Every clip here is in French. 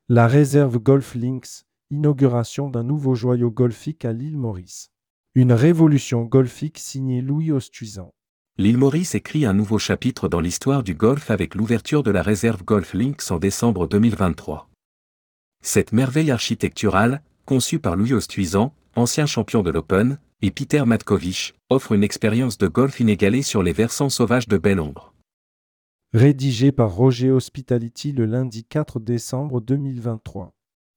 La réserve Golf Links, inauguration d'un nouveau joyau golfique à l'île Maurice. Une révolution golfique signée Louis Ostuisan. L'île Maurice écrit un nouveau chapitre dans l'histoire du golf avec l'ouverture de la réserve Golf Links en décembre 2023. Cette merveille architecturale, conçue par Louis Ostuisan, ancien champion de l'Open, et Peter Matkovich, offre une expérience de golf inégalée sur les versants sauvages de Belle-Ombre. Rédigé par Roger Hospitality le lundi 4 décembre 2023.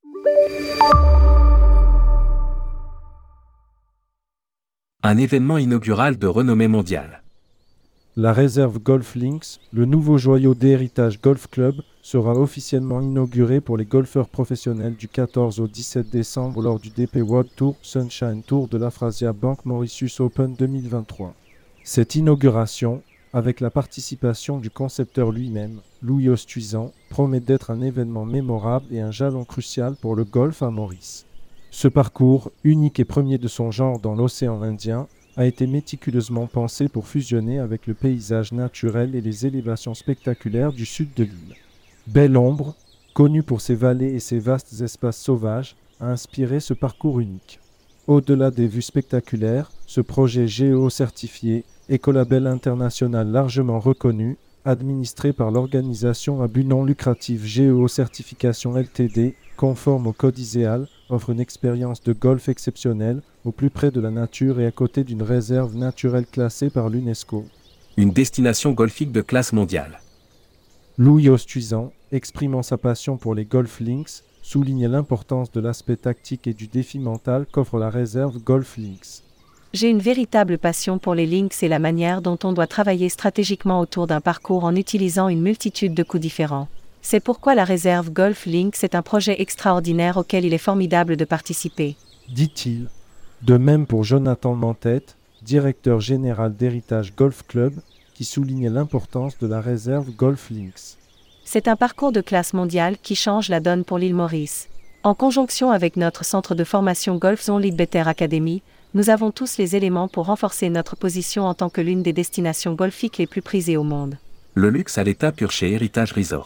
Un événement inaugural de renommée mondiale. La réserve Golf Links, le nouveau joyau d'Héritage Golf Club, sera officiellement inauguré pour les golfeurs professionnels du 14 au 17 décembre lors du DP World Tour Sunshine Tour de l'Afrasia Bank Mauritius Open 2023. Cette inauguration, avec la participation du concepteur lui-même, Louis Ostuisan, promet d'être un événement mémorable et un jalon crucial pour le golf à Maurice. Ce parcours, unique et premier de son genre dans l'océan Indien, a été méticuleusement pensé pour fusionner avec le paysage naturel et les élévations spectaculaires du sud de l'île. Belle-Ombre, connue pour ses vallées et ses vastes espaces sauvages, a inspiré ce parcours unique. Au-delà des vues spectaculaires, ce projet géo-certifié, écolabel international largement reconnu, administré par l'organisation à but non lucratif Géo-Certification Ltd, conforme au code ISEAL, offre une expérience de golf exceptionnelle, au plus près de la nature et à côté d'une réserve naturelle classée par l'UNESCO. Une destination golfique de classe mondiale. Louis Ostuisan, exprimant sa passion pour les Golf Links, souligne l'importance de l'aspect tactique et du défi mental qu'offre la réserve Golf Links. J'ai une véritable passion pour les links et la manière dont on doit travailler stratégiquement autour d'un parcours en utilisant une multitude de coups différents. C'est pourquoi la réserve Golf Links est un projet extraordinaire auquel il est formidable de participer, dit-il. De même pour Jonathan Mantette, directeur général d'Héritage Golf Club, qui soulignait l'importance de la réserve Golf Links. C'est un parcours de classe mondiale qui change la donne pour l'île Maurice. En conjonction avec notre centre de formation Golf Zone Leadbetter Academy, nous avons tous les éléments pour renforcer notre position en tant que l'une des destinations golfiques les plus prisées au monde. Le luxe à l'état pur chez Héritage Resort.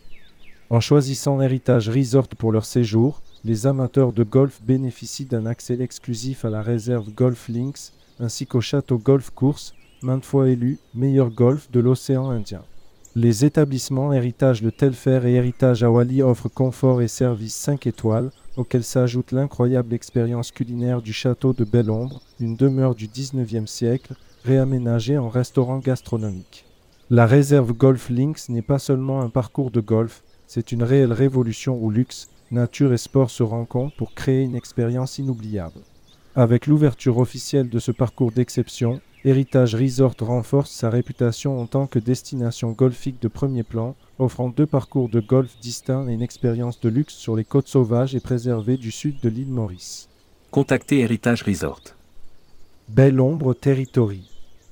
En choisissant Héritage Resort pour leur séjour, les amateurs de golf bénéficient d'un accès exclusif à la réserve Golf Links ainsi qu'au château Golf Course, maintes fois élu meilleur golf de l'océan Indien. Les établissements Héritage Le Telfer et Héritage Awali offrent confort et services 5 étoiles, auxquels s'ajoute l'incroyable expérience culinaire du château de Belle-Ombre, une demeure du XIXe siècle, réaménagée en restaurant gastronomique. La réserve Golf Links n'est pas seulement un parcours de golf, c'est une réelle révolution où luxe, nature et sport se rencontrent pour créer une expérience inoubliable. Avec l'ouverture officielle de ce parcours d'exception, Héritage Resort renforce sa réputation en tant que destination golfique de premier plan, offrant 2 parcours de golf distincts et une expérience de luxe sur les côtes sauvages et préservées du sud de l'île Maurice. Contactez Héritage Resort. Belle-Ombre Territory,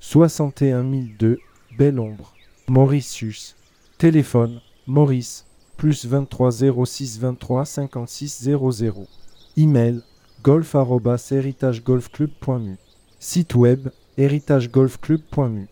61 002, Belle-Ombre, Mauritius. Téléphone, Maurice, plus 23 06 23 56 00. Email, golf@heritagegolfclub.mu. Site web, heritagegolfclub.mu.